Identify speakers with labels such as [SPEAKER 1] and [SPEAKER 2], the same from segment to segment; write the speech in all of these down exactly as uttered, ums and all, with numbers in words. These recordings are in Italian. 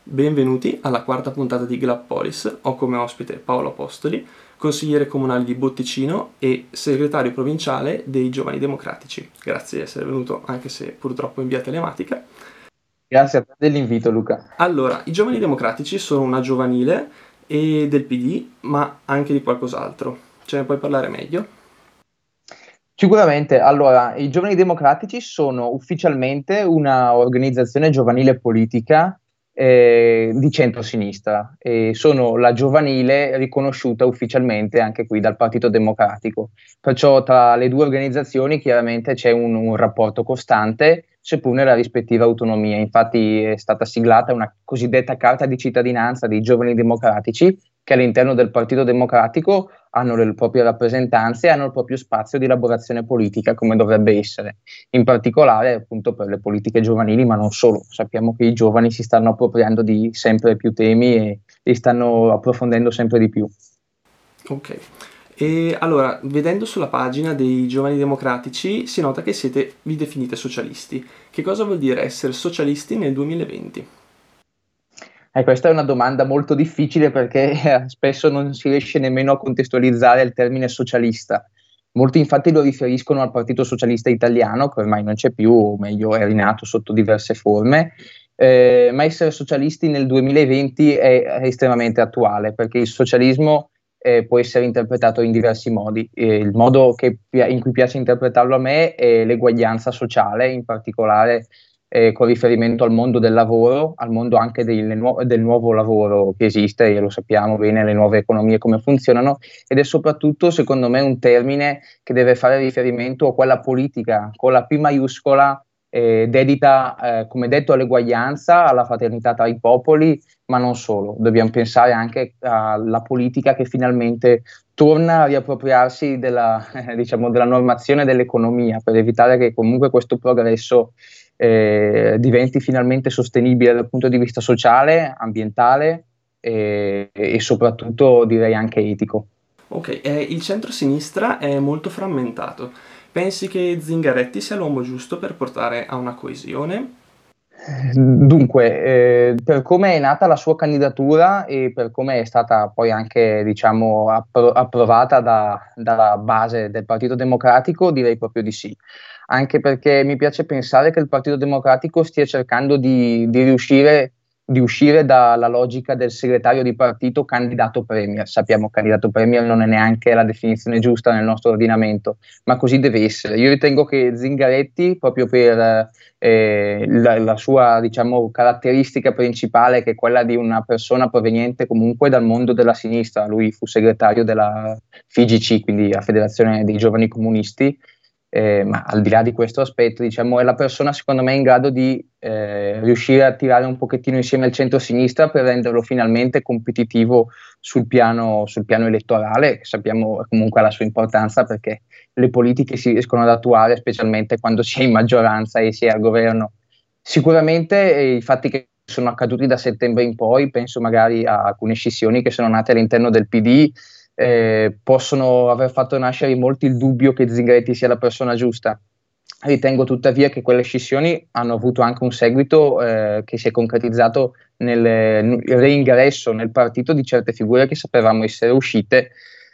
[SPEAKER 1] Benvenuti alla quarta puntata di Glappolis. Ho come ospite Paolo Apostoli, consigliere comunale di Botticino e segretario provinciale dei Giovani Democratici. Grazie di essere venuto, anche se purtroppo in via telematica.
[SPEAKER 2] Grazie a te dell'invito, Luca.
[SPEAKER 1] Allora, i Giovani Democratici sono una giovanile e del P D, ma anche di qualcos'altro. Ce ne puoi parlare meglio?
[SPEAKER 2] Sicuramente, allora, i Giovani Democratici sono ufficialmente una organizzazione giovanile politica eh, di centrosinistra e sono la giovanile riconosciuta ufficialmente anche qui dal Partito Democratico. Perciò tra le due organizzazioni chiaramente c'è un, un rapporto costante, seppur nella rispettiva autonomia. Infatti è stata siglata una cosiddetta carta di cittadinanza dei Giovani Democratici che all'interno del Partito Democratico hanno le proprie rappresentanze e hanno il proprio spazio di elaborazione politica come dovrebbe essere, in particolare appunto per le politiche giovanili, ma non solo. Sappiamo che i giovani si stanno appropriando di sempre più temi e li stanno approfondendo sempre di più.
[SPEAKER 1] Ok. E allora, vedendo sulla pagina dei Giovani Democratici, si nota che siete, vi definite socialisti. Che cosa vuol dire essere socialisti nel duemilaventi?
[SPEAKER 2] Eh, questa è una domanda molto difficile perché eh, spesso non si riesce nemmeno a contestualizzare il termine socialista. Molti infatti lo riferiscono al Partito Socialista Italiano, che ormai non c'è più, o meglio è rinato sotto diverse forme, eh, ma essere socialisti nel duemilaventi è, è estremamente attuale perché il socialismo eh, può essere interpretato in diversi modi. Eh, il modo che pi- in cui piace interpretarlo a me è l'eguaglianza sociale, in particolare eh, con riferimento al mondo del lavoro, al mondo anche del, nu- del nuovo lavoro che esiste, e lo sappiamo bene, le nuove economie come funzionano, ed è soprattutto, secondo me, un termine che deve fare riferimento a quella politica con la P maiuscola, eh, dedita, eh, come detto, all'eguaglianza, alla fraternità tra i popoli, ma non solo. Dobbiamo pensare anche alla politica che finalmente torna a riappropriarsi della, eh, diciamo, della normazione dell'economia per evitare che comunque questo progresso eh, diventi finalmente sostenibile dal punto di vista sociale, ambientale e, e soprattutto direi anche etico.
[SPEAKER 1] Ok, eh, il centro-sinistra è molto frammentato. Pensi che Zingaretti sia l'uomo giusto per portare a una coesione?
[SPEAKER 2] Dunque, eh, per come è nata la sua candidatura e per come è stata poi anche, diciamo, appro- approvata da- dalla base del Partito Democratico, direi proprio di sì. Anche perché mi piace pensare che il Partito Democratico stia cercando di, di riuscire, di uscire dalla logica del segretario di partito candidato premier. Sappiamo che candidato premier non è neanche la definizione giusta nel nostro ordinamento, ma così deve essere. Io ritengo che Zingaretti, proprio per eh, la, la sua, diciamo, caratteristica principale, che è quella di una persona proveniente comunque dal mondo della sinistra. Lui fu segretario della F I G C, quindi la Federazione dei Giovani Comunisti, eh, ma al di là di questo aspetto, diciamo, è la persona secondo me in grado di eh, riuscire a tirare un pochettino insieme il centro-sinistra per renderlo finalmente competitivo sul piano, sul piano elettorale, che sappiamo comunque ha la sua importanza perché le politiche si riescono ad attuare, specialmente quando si è in maggioranza e si è al governo. Sicuramente eh, i fatti che sono accaduti da settembre in poi, penso magari a alcune scissioni che sono nate all'interno del P D, eh, possono aver fatto nascere in molti il dubbio che Zingaretti sia la persona giusta. Ritengo tuttavia che quelle scissioni hanno avuto anche un seguito eh, che si è concretizzato nel, nel reingresso nel partito di certe figure che sapevamo essere uscite.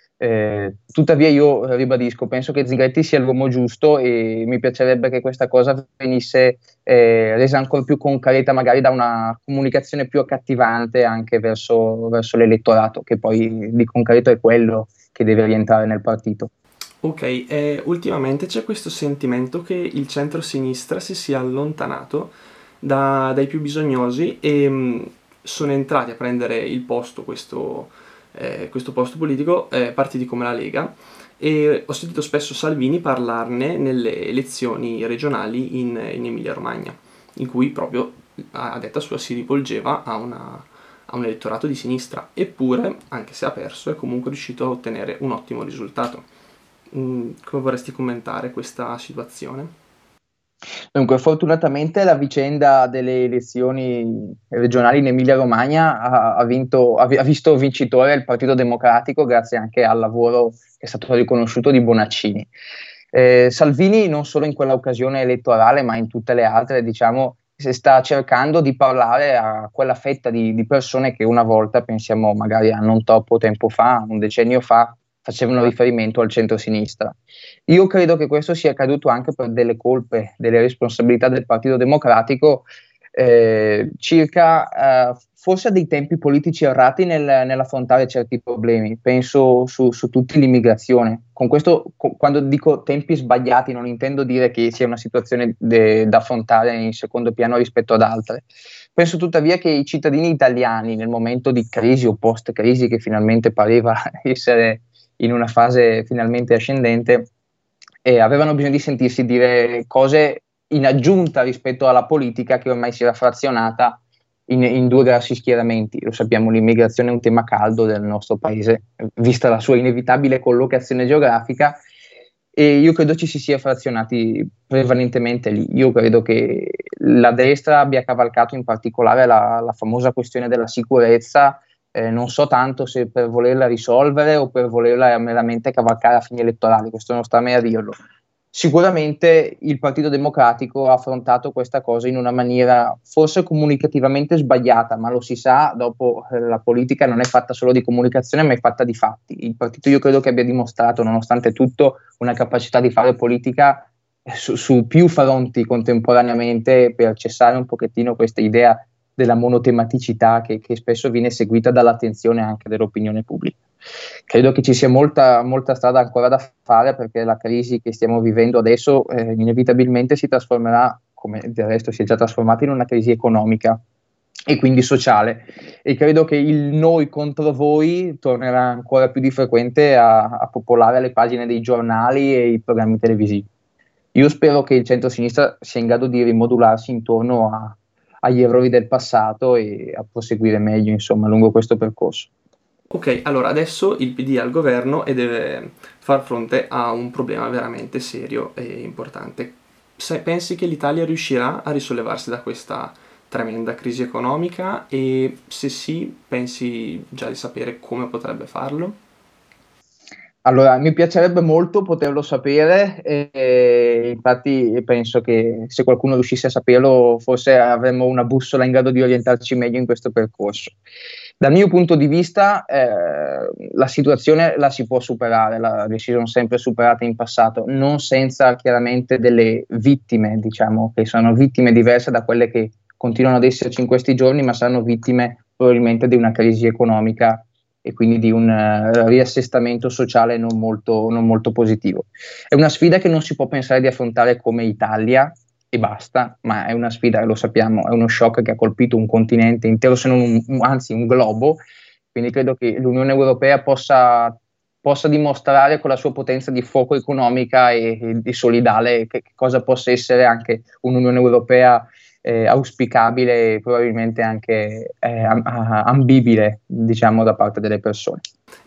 [SPEAKER 2] Eh, tuttavia io eh, ribadisco, penso che Zingaretti sia l'uomo giusto e mi piacerebbe che questa cosa venisse eh, resa ancora più concreta, magari da una comunicazione più accattivante anche verso, verso l'elettorato, che poi di concreto è quello che deve rientrare nel partito.
[SPEAKER 1] Ok, eh, ultimamente c'è questo sentimento che il centro-sinistra si sia allontanato da- dai più bisognosi e mh, sono entrati a prendere il posto, questo, eh, questo posto politico, eh, partiti come la Lega e ho sentito spesso Salvini parlarne nelle elezioni regionali in, in Emilia-Romagna, in cui proprio a a detta sua si rivolgeva a, una- a un elettorato di sinistra, eppure, anche se ha perso, è comunque riuscito a ottenere un ottimo risultato. Mm, come vorresti commentare questa situazione?
[SPEAKER 2] Dunque, fortunatamente la vicenda delle elezioni regionali in Emilia-Romagna ha, ha vinto- ha vi- ha visto vincitore il Partito Democratico grazie anche al lavoro che è stato riconosciuto di Bonaccini. Eh, Salvini non solo in quella occasione elettorale, ma in tutte le altre, diciamo, sta cercando di parlare a quella fetta di, di persone che una volta, pensiamo magari a non troppo tempo fa, un decennio fa, facevano riferimento al centro-sinistra. Io credo che questo sia accaduto anche per delle colpe, delle responsabilità del Partito Democratico, eh, circa eh, forse dei tempi politici errati nel, nell'affrontare certi problemi. Penso su, su tutti l'immigrazione. Con questo, co- quando dico tempi sbagliati, non intendo dire che sia una situazione de, da affrontare in secondo piano rispetto ad altre. Penso tuttavia che i cittadini italiani, nel momento di crisi o post-crisi, che finalmente pareva essere in una fase finalmente ascendente, e avevano bisogno di sentirsi dire cose in aggiunta rispetto alla politica che ormai si era frazionata in, in due grossi schieramenti. Lo sappiamo, l'immigrazione è un tema caldo del nostro paese, vista la sua inevitabile collocazione geografica, e io credo ci si sia frazionati prevalentemente lì. Io credo che la destra abbia cavalcato in particolare la, la famosa questione della sicurezza, eh, non so tanto se per volerla risolvere o per volerla meramente cavalcare a fini elettorali, questo non sta a me a dirlo. Sicuramente il Partito Democratico ha affrontato questa cosa in una maniera forse comunicativamente sbagliata, ma lo si sa, dopo eh, la politica non è fatta solo di comunicazione, ma è fatta di fatti. Il partito io credo che abbia dimostrato, nonostante tutto, una capacità di fare politica su, su più fronti contemporaneamente per cessare un pochettino questa idea della monotematicità che, che spesso viene seguita dall'attenzione anche dell'opinione pubblica. Credo che ci sia molta, molta strada ancora da fare, perché la crisi che stiamo vivendo adesso eh, inevitabilmente si trasformerà, come del resto si è già trasformata, in una crisi economica e quindi sociale, e credo che il noi contro voi tornerà ancora più di frequente a, a popolare le pagine dei giornali e i programmi televisivi. Io spero che il centro-sinistra sia in grado di rimodularsi intorno a, agli errori del passato e a proseguire meglio, insomma, lungo questo percorso.
[SPEAKER 1] Ok, allora adesso il P D è al governo e deve far fronte a un problema veramente serio e importante. Se pensi che l'Italia riuscirà a risollevarsi da questa tremenda crisi economica, e se sì, pensi già di sapere come potrebbe farlo?
[SPEAKER 2] Allora, mi piacerebbe molto poterlo sapere, e infatti penso che se qualcuno riuscisse a saperlo, forse avremmo una bussola in grado di orientarci meglio in questo percorso. Dal mio punto di vista, eh, la situazione la si può superare, la, le si sono sempre superate in passato, non senza chiaramente delle vittime, diciamo, che sono vittime diverse da quelle che continuano ad esserci in questi giorni, ma saranno vittime probabilmente di una crisi economica e quindi di un uh, riassestamento sociale non molto, non molto positivo. È una sfida che non si può pensare di affrontare come Italia e basta, ma è una sfida, lo sappiamo, è uno shock che ha colpito un continente intero, se non un, un, anzi un globo, quindi credo che l'Unione Europea possa, possa dimostrare con la sua potenza di fuoco economica e, e, e solidale che, che cosa possa essere anche un'Unione Europea eh, auspicabile e probabilmente anche eh, ambibile, diciamo, da parte delle persone.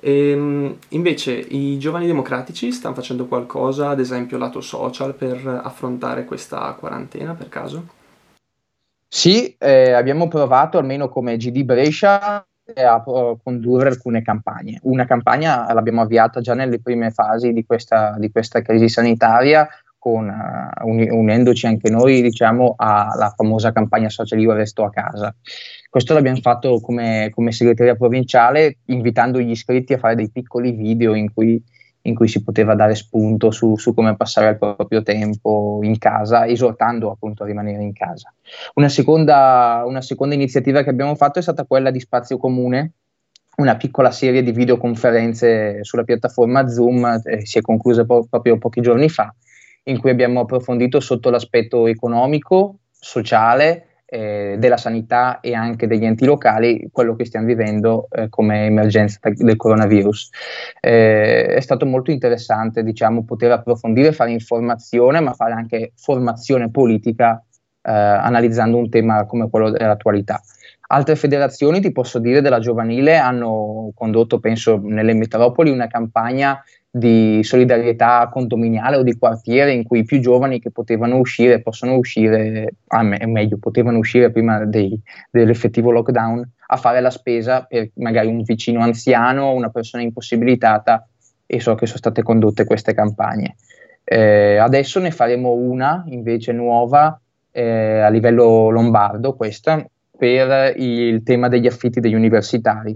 [SPEAKER 1] E, invece i giovani democratici stanno facendo qualcosa, ad esempio lato social, per affrontare questa quarantena, per caso?
[SPEAKER 2] Sì, eh, abbiamo provato, almeno come G D Brescia, eh, a uh, condurre alcune campagne. Una campagna l'abbiamo avviata già nelle prime fasi di questa, di questa crisi sanitaria, con, uh, uni- unendoci anche noi, diciamo, alla famosa campagna social Io resto a casa. Questo l'abbiamo fatto come, come segreteria provinciale, invitando gli iscritti a fare dei piccoli video in cui in cui si poteva dare spunto su, su come passare il proprio tempo in casa, esortando appunto a rimanere in casa. Una seconda, una seconda iniziativa che abbiamo fatto è stata quella di Spazio Comune, una piccola serie di videoconferenze sulla piattaforma Zoom, eh, si è conclusa po- proprio pochi giorni fa, in cui abbiamo approfondito sotto l'aspetto economico, sociale, eh, della sanità e anche degli enti locali quello che stiamo vivendo eh, come emergenza del coronavirus. Eh, è stato molto interessante, diciamo, poter approfondire, fare informazione, ma fare anche formazione politica eh, analizzando un tema come quello dell'attualità. Altre federazioni, ti posso dire, della giovanile hanno condotto, penso, nelle metropoli una campagna di solidarietà condominiale o di quartiere in cui i più giovani che potevano uscire possono uscire, ah, me- meglio, potevano uscire prima dei, dell'effettivo lockdown a fare la spesa per magari un vicino anziano, una persona impossibilitata, e so che sono state condotte queste campagne. Eh, adesso ne faremo una invece nuova eh, a livello lombardo, questa, per il tema degli affitti degli universitari,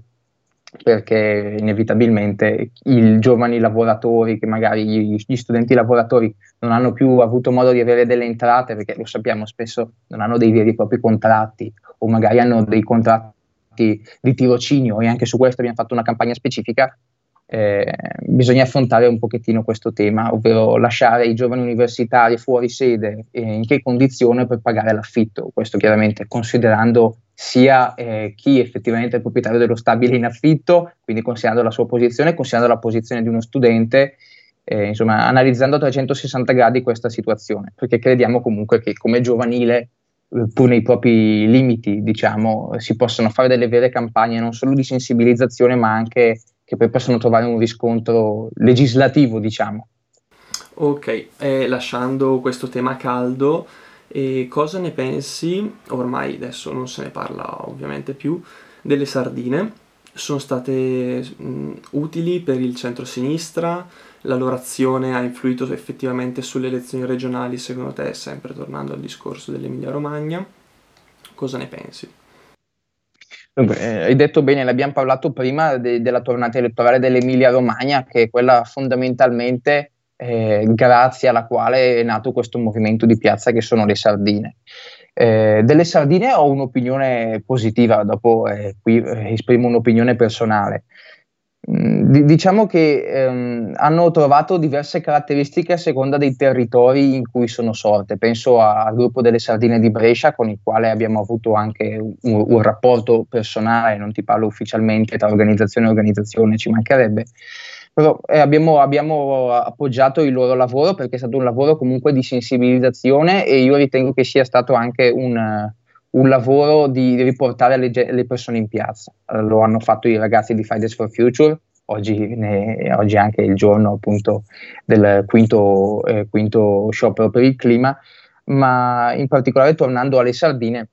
[SPEAKER 2] perché inevitabilmente i giovani lavoratori, che magari gli, gli studenti lavoratori non hanno più avuto modo di avere delle entrate, perché lo sappiamo, spesso non hanno dei veri e propri contratti, o magari hanno dei contratti di tirocinio, e anche su questo abbiamo fatto una campagna specifica. Eh, bisogna affrontare un pochettino questo tema, ovvero lasciare i giovani universitari fuori sede, eh, in che condizione per pagare l'affitto. Questo chiaramente considerando sia eh, chi effettivamente è il proprietario dello stabile in affitto, quindi considerando la sua posizione, considerando la posizione di uno studente, eh, insomma analizzando a trecentosessanta gradi questa situazione, perché crediamo comunque che come giovanile, eh, pur nei propri limiti, diciamo, si possano fare delle vere campagne non solo di sensibilizzazione, ma anche che poi possono trovare un riscontro legislativo, diciamo.
[SPEAKER 1] Ok, eh, lasciando questo tema caldo, eh, cosa ne pensi? Ormai adesso non se ne parla ovviamente più, delle sardine. Sono state mh, utili per il centro-sinistra? La loro azione ha influito effettivamente sulle elezioni regionali, secondo te, sempre tornando al discorso dell'Emilia-Romagna? Cosa ne pensi?
[SPEAKER 2] Dunque, eh, hai detto bene, l'abbiamo parlato prima de- della tornata elettorale dell'Emilia-Romagna, che è quella fondamentalmente eh, grazie alla quale è nato questo movimento di piazza che sono le sardine. Eh, delle sardine ho un'opinione positiva, dopo eh, qui eh, esprimo un'opinione personale. Mm, di- diciamo che ehm, hanno trovato diverse caratteristiche a seconda dei territori in cui sono sorte. Penso a- al gruppo delle sardine di Brescia, con il quale abbiamo avuto anche un, un rapporto personale, non ti parlo ufficialmente tra organizzazione e organizzazione, ci mancherebbe. Però eh, abbiamo, abbiamo appoggiato il loro lavoro, perché è stato un lavoro comunque di sensibilizzazione, e io ritengo che sia stato anche un un lavoro di riportare le, le persone in piazza. Eh, lo hanno fatto i ragazzi di Fridays for Future, oggi, ne, oggi è anche il giorno appunto del quinto, eh, quinto sciopero per il clima, ma in particolare tornando alle sardine,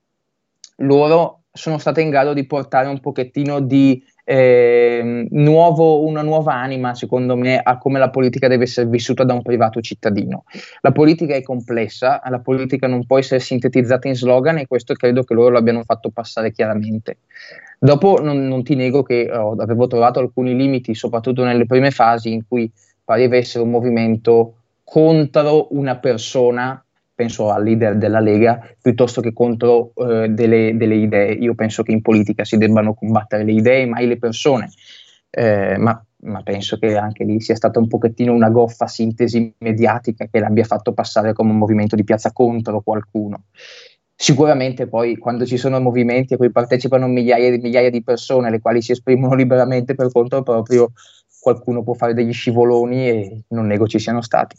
[SPEAKER 2] loro sono state in grado di portare un pochettino di eh, nuovo, una nuova anima, secondo me, a come la politica deve essere vissuta da un privato cittadino. La politica è complessa, la politica non può essere sintetizzata in slogan, e questo credo che loro l'abbiano fatto passare chiaramente. Dopo non, non ti nego che oh, avevo trovato alcuni limiti, soprattutto nelle prime fasi, in cui pareva essere un movimento contro una persona, penso al leader della Lega, piuttosto che contro eh, delle, delle idee. Io penso che in politica si debbano combattere le idee, mai le persone. Eh, ma, ma penso che anche lì sia stata un pochettino una goffa sintesi mediatica che l'abbia fatto passare come un movimento di piazza contro qualcuno. Sicuramente poi quando ci sono movimenti a cui partecipano migliaia e migliaia di persone, le quali si esprimono liberamente per conto proprio, qualcuno può fare degli scivoloni, e non nego ci siano stati.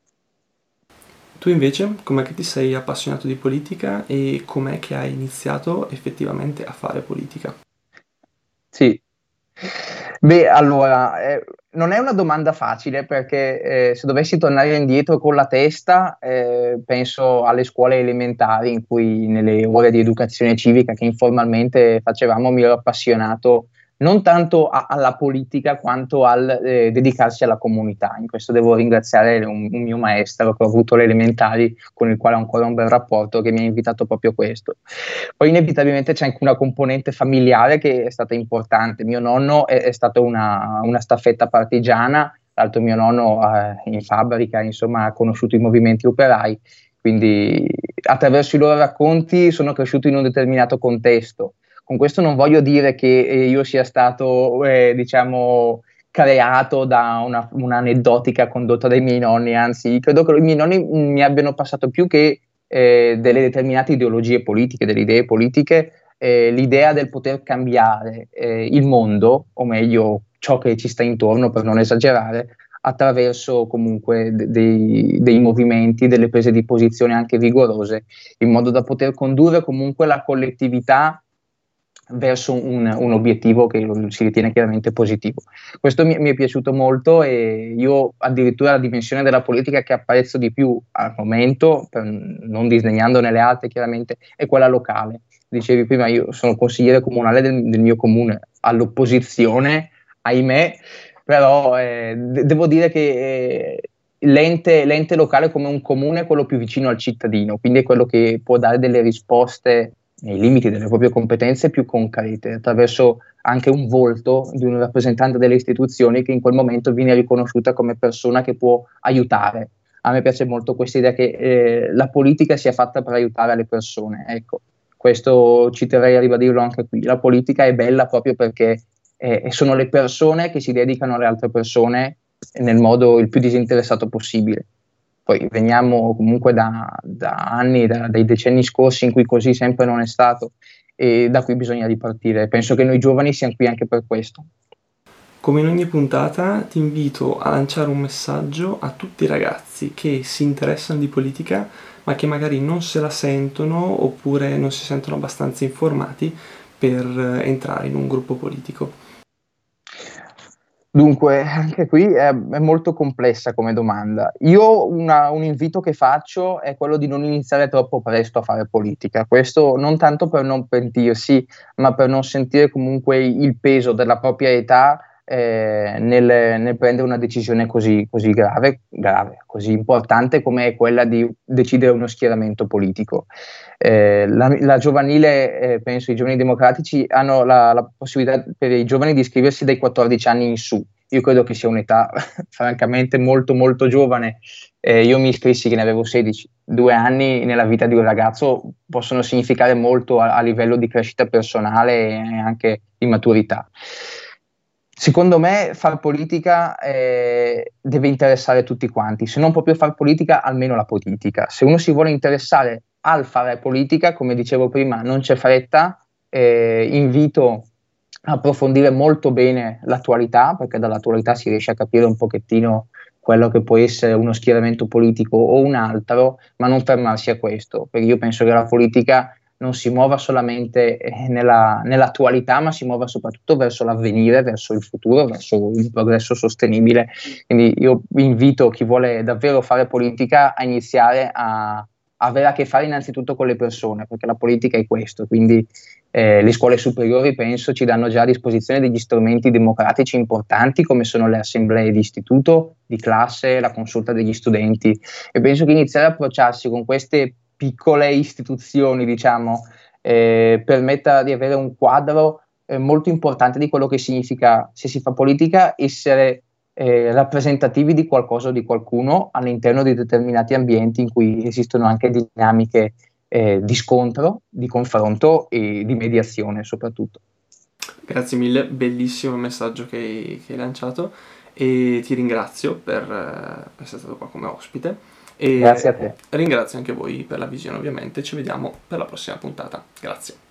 [SPEAKER 1] Tu invece, com'è che ti sei appassionato di politica e com'è che hai iniziato effettivamente a fare politica?
[SPEAKER 2] Sì, beh, allora, eh, non è una domanda facile, perché eh, se dovessi tornare indietro con la testa, eh, penso alle scuole elementari, in cui nelle ore di educazione civica che informalmente facevamo, mi ero appassionato non tanto a- alla politica quanto al eh, dedicarsi alla comunità. In questo devo ringraziare un, un mio maestro che ho avuto alle elementari, con il quale ho ancora un bel rapporto, che mi ha invitato proprio a questo. Poi inevitabilmente c'è anche una componente familiare che è stata importante. Mio nonno è, è stato una, una staffetta partigiana, l'altro mio nonno eh, in fabbrica, insomma, ha conosciuto i movimenti operai, quindi attraverso i loro racconti sono cresciuto in un determinato contesto. Con questo non voglio dire che eh, io sia stato, eh, diciamo, creato da una, un'aneddotica condotta dai miei nonni, anzi, credo che i miei nonni mi abbiano passato più che eh, delle determinate ideologie politiche, delle idee politiche, eh, l'idea del poter cambiare eh, il mondo, o meglio ciò che ci sta intorno, per non esagerare, attraverso comunque de- dei, dei movimenti, delle prese di posizione anche vigorose, in modo da poter condurre comunque la collettività verso un, un obiettivo che si ritiene chiaramente positivo. Questo mi, mi è piaciuto molto, e io addirittura la dimensione della politica che apprezzo di più al momento, per, non disdegnandone le altre chiaramente, è quella locale. Dicevi prima, io sono consigliere comunale del, del mio comune, all'opposizione, ahimè, però eh, de- devo dire che eh, l'ente, l'ente locale come un comune è quello più vicino al cittadino, quindi è quello che può dare delle risposte nei limiti delle proprie competenze più concrete, attraverso anche un volto di un rappresentante delle istituzioni che in quel momento viene riconosciuta come persona che può aiutare. A me piace molto questa idea che eh, la politica sia fatta per aiutare le persone, ecco, questo ci terrei a ribadirlo anche qui. La politica è bella proprio perché eh, sono le persone che si dedicano alle altre persone nel modo il più disinteressato possibile. Poi veniamo comunque da, da anni, da, dai decenni scorsi in cui così sempre non è stato, e da qui bisogna ripartire. Penso che noi giovani siamo qui anche per questo.
[SPEAKER 1] Come in ogni puntata ti invito a lanciare un messaggio a tutti i ragazzi che si interessano di politica ma che magari non se la sentono oppure non si sentono abbastanza informati per entrare in un gruppo politico.
[SPEAKER 2] Dunque, anche qui è, è molto complessa come domanda. Io una- un invito che faccio è quello di non iniziare troppo presto a fare politica. Questo non tanto per non pentirsi, ma per non sentire comunque il peso della propria età eh, nel, nel prendere una decisione così, così grave, grave, così importante come è quella di decidere uno schieramento politico. Eh, la, la giovanile, eh, penso i giovani democratici hanno la, la possibilità per i giovani di iscriversi dai quattordici anni in su. Io credo che sia un'età francamente molto molto giovane. Eh, io mi iscrissi che ne avevo sedici. Due anni nella vita di un ragazzo possono significare molto a, a livello di crescita personale e anche di maturità. Secondo me far politica eh, deve interessare tutti quanti, se non proprio far politica, almeno la politica. Se uno si vuole interessare al fare politica, come dicevo prima, non c'è fretta, eh, invito a approfondire molto bene l'attualità, perché dall'attualità si riesce a capire un pochettino quello che può essere uno schieramento politico o un altro, ma non fermarsi a questo, perché io penso che la politica non si muova solamente eh, nella, nell'attualità, ma si muova soprattutto verso l'avvenire, verso il futuro, verso un progresso sostenibile. Quindi io invito chi vuole davvero fare politica a iniziare a, a avere a che fare innanzitutto con le persone, perché la politica è questo. Quindi eh, le scuole superiori, penso, ci danno già a disposizione degli strumenti democratici importanti, come sono le assemblee di istituto, di classe, la consulta degli studenti, e penso che iniziare a approcciarsi con queste piccole istituzioni, diciamo, eh, permetta di avere un quadro eh, molto importante di quello che significa, se si fa politica, essere eh, rappresentativi di qualcosa o di qualcuno all'interno di determinati ambienti in cui esistono anche dinamiche eh, di scontro, di confronto e di mediazione soprattutto.
[SPEAKER 1] Grazie mille, bellissimo il messaggio che hai, che hai lanciato e ti ringrazio per eh, essere stato qua come ospite. E
[SPEAKER 2] Grazie a te.
[SPEAKER 1] ringrazio anche voi per la visione ovviamente, ci vediamo per la prossima puntata. Grazie.